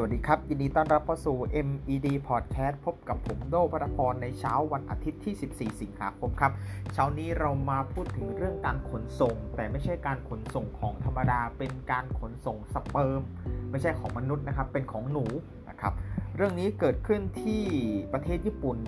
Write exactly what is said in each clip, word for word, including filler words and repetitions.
วัสดีครับยินดีต้อนรับเข้าสู่ เอ็ม อี ดี Podcast พบกับผมโดภัทรพรในเช้าวันอาทิตย์ที่สิบสี่สิงหาคมครับเช้านี้เรามาพูดถึงเรื่องการขนส่งแต่ไม่ใช่การขนส่งของธรรมดาเป็นการขนส่งสเปิร์มไม่ใช่ของมนุษย์นะครับเป็นของหนูนะครับเรื่องนี้เกิดขึ้นที่ประเทศญี่ปุ่น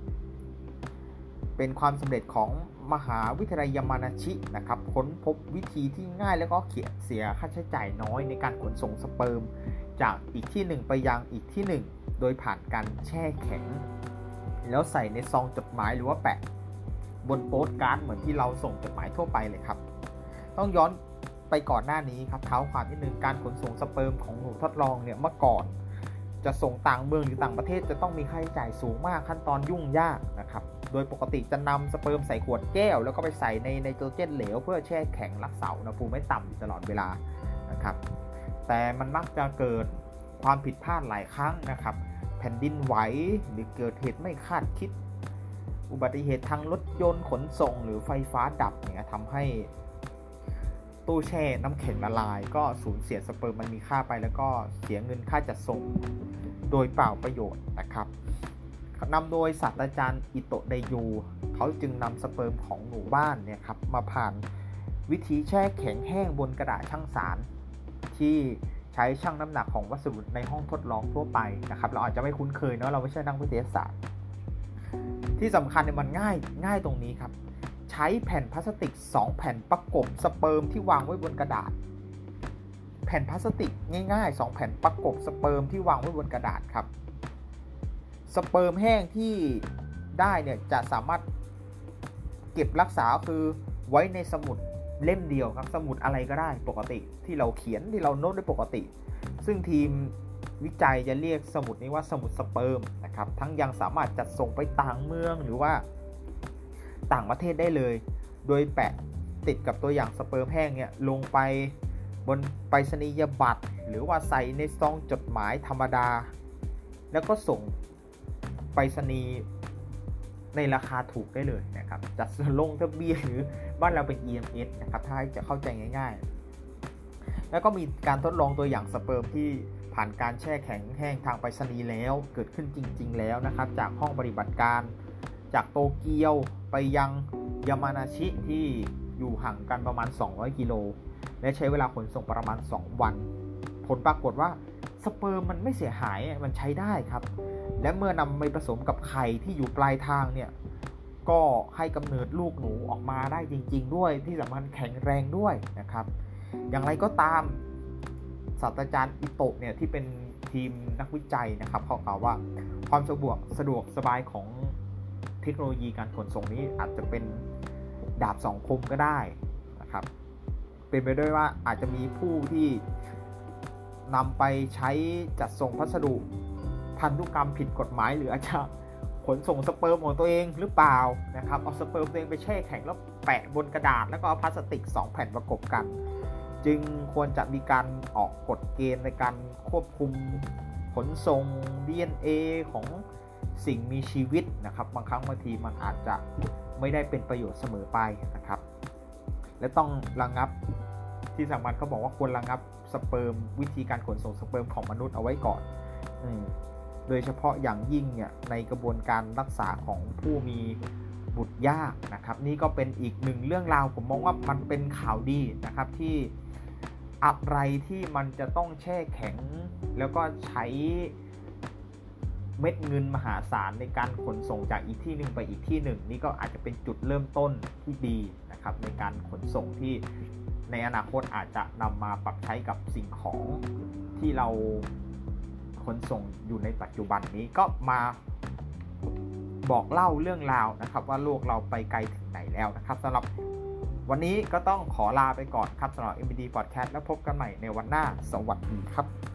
เป็นความสำเร็จของมหาวิทยาลัยยามานาชินะครับค้นพบวิธีที่ง่ายและก็เสียค่าใช้จ่ายน้อยในการขนส่งสเปิร์มจากอีกที่หนึ่งไปยังอีกที่หนึ่งโดยผ่านการแช่แข็งแล้วใส่ในซองจดหมายหรือว่าแปะบนโปสการ์ดเหมือนที่เราส่งจดหมายทั่วไปเลยครับต้องย้อนไปก่อนหน้านี้ครับเท้าความนิดนึงการขนส่งสเปิร์มของหนูทดลองเนี่ยเมื่อก่อนจะส่งต่างเมืองหรือต่างประเทศจะต้องมีค่าใช้จ่ายสูงมากขั้นตอนยุ่งยากนะครับโดยปกติจะนำสเปิร์มใส่ขวดแก้วแล้วก็ไปใส่ในไนโตรเจนเหลวเพื่อแช่แข็งรักษาอุณหภูมิไม่ต่ำอยู่ตลอดเวลานะครับแต่มันมักจะเกิดความผิดพลาดหลายครั้งนะครับแผ่นดินไหวหรือเกิดเหตุไม่คาดคิดอุบัติเหตุทางรถยนต์ขนส่งหรือไฟฟ้าดับเนี่ยทำให้ตู้แช่น้ำแข็งละลายก็สูญเสียสเปิร์มมันมีค่าไปแล้วก็เสียเงินค่าจัดส่งโดยเปล่าประโยชน์นะครับนำโดยศาสตราจารย์อิโตะไดยูเขาจึงนำสเปิร์มของหนูบ้านเนี่ยครับมาผ่านวิธีแช่แข็งแห้งบนกระดาษชั่งสารที่ใช้ชั่งน้ำหนักของวัสดุในห้องทดลองทั่วไปนะครับเราอาจจะไม่คุ้นเคยเนาะเราไม่ใช่นักวิทยาศาสตร์ที่สำคัญเนี่ยมันง่ายง่ายตรงนี้ครับใช้แผ่นพลาสติกสองแผ่นประกบสเปิร์มที่วางไว้บนกระดาษแผ่นพลาสติกง่ายๆสองแผ่นประกบสเปิร์มที่วางไว้บนกระดาษครับสเปิร์มแห้งที่ได้เนี่ยจะสามารถเก็บรักษาคือไว้ในสมุดเล่มเดียวครับสมุดอะไรก็ได้ปกติที่เราเขียนที่เราโน้ตได้ปกติซึ่งทีมวิจัยจะเรียกสมุดนี้ว่าสมุดสเปิร์มนะครับทั้งยังสามารถจัดส่งไปต่างเมืองหรือว่าต่างประเทศได้เลยโดยแปะติดกับตัวอย่างสเปิร์มแห้งเนี่ยลงไปบนไปรษณียบัตรหรือว่าใส่ในซองจดหมายธรรมดาแล้วก็ส่งไปรษณีย์ในราคาถูกได้เลยนะครับจัดลงทะเบียนหรือบ้านเราเป็น อี เอ็ม เอส นะครับถ้าจะเข้าใจง่ายๆแล้วก็มีการทดลองตัวอย่างสเปิร์มที่ผ่านการแช่แข็งแห้งทางไปรษณีย์แล้วเกิดขึ้นจริงๆแล้วนะครับจากห้องปฏิบัติการจากโตเกียวไปยังยามานาชิที่อยู่ห่างกันประมาณสองร้อยกิโลและใช้เวลาขนส่งประมาณสองวันผลปรากฏว่าสเปิร์มมันไม่เสียหายมันใช้ได้ครับและเมื่อนำไปผสมกับไข่ที่อยู่ปลายทางเนี่ยก็ให้กำเนิดลูกหนูออกมาได้จริงๆด้วยที่สำคัญแข็งแรงด้วยนะครับอย่างไรก็ตามศาสตราจารย์อิโตะเนี่ยที่เป็นทีมนักวิจัยนะครับเขากล่าวว่าความสะดวกสะดวกสบายของเทคโนโลยีการขนส่งนี้อาจจะเป็นดาบสองคมก็ได้นะครับเป็นไปได้ว่าอาจจะมีผู้ที่นำไปใช้จัดส่งพัสดุพันธุกรรมผิดกฎหมายหรืออาจจะขนส่งสเปิร์มของตัวเองหรือเปล่านะครับเอาสเปิร์มตัวเองไปแช่แข็งแล้วแปะบนกระดาษแล้วก็เอาพลาสติกสองแผ่นประกบกันจึงควรจะมีการออกกฎเกณฑ์ในการควบคุมขนส่ง ดี เอ็น เอ ของสิ่งมีชีวิตนะครับบางครั้งบางทีมันอาจจะไม่ได้เป็นประโยชน์เสมอไปนะครับและต้องระงับที่สำคัญเขาบอกว่าควรระงับสเปิร์มวิธีการขนส่งสเปิร์มของมนุษย์เอาไว้ก่อนอืมโดยเฉพาะอย่างยิ่งเนี่ยในกระบวนการรักษาของผู้มีบุตรยากนะครับนี่ก็เป็นอีกหนึ่งเรื่องราวผมมองว่ามันเป็นข่าวดีนะครับที่อะไรที่มันจะต้องแช่แข็งแล้วก็ใช้เม็ดเงินมหาศาลในการขนส่งจากอีกที่หนึ่งไปอีกที่หนึ่งนี่ก็อาจจะเป็นจุดเริ่มต้นที่ดีนะครับในการขนส่งที่ในอนาคตอาจจะนำมาปรับใช้กับสิ่งของที่เราขนส่งอยู่ในปัจจุบันนี้ก็มาบอกเล่าเรื่องราวนะครับว่าโลกเราไปไกลถึงไหนแล้วนะครับสำหรับวันนี้ก็ต้องขอลาไปก่อนครับสำหรับ เอ็ม อี ดี Podcast แล้วพบกันใหม่ในวันหน้าสวัสดีครับ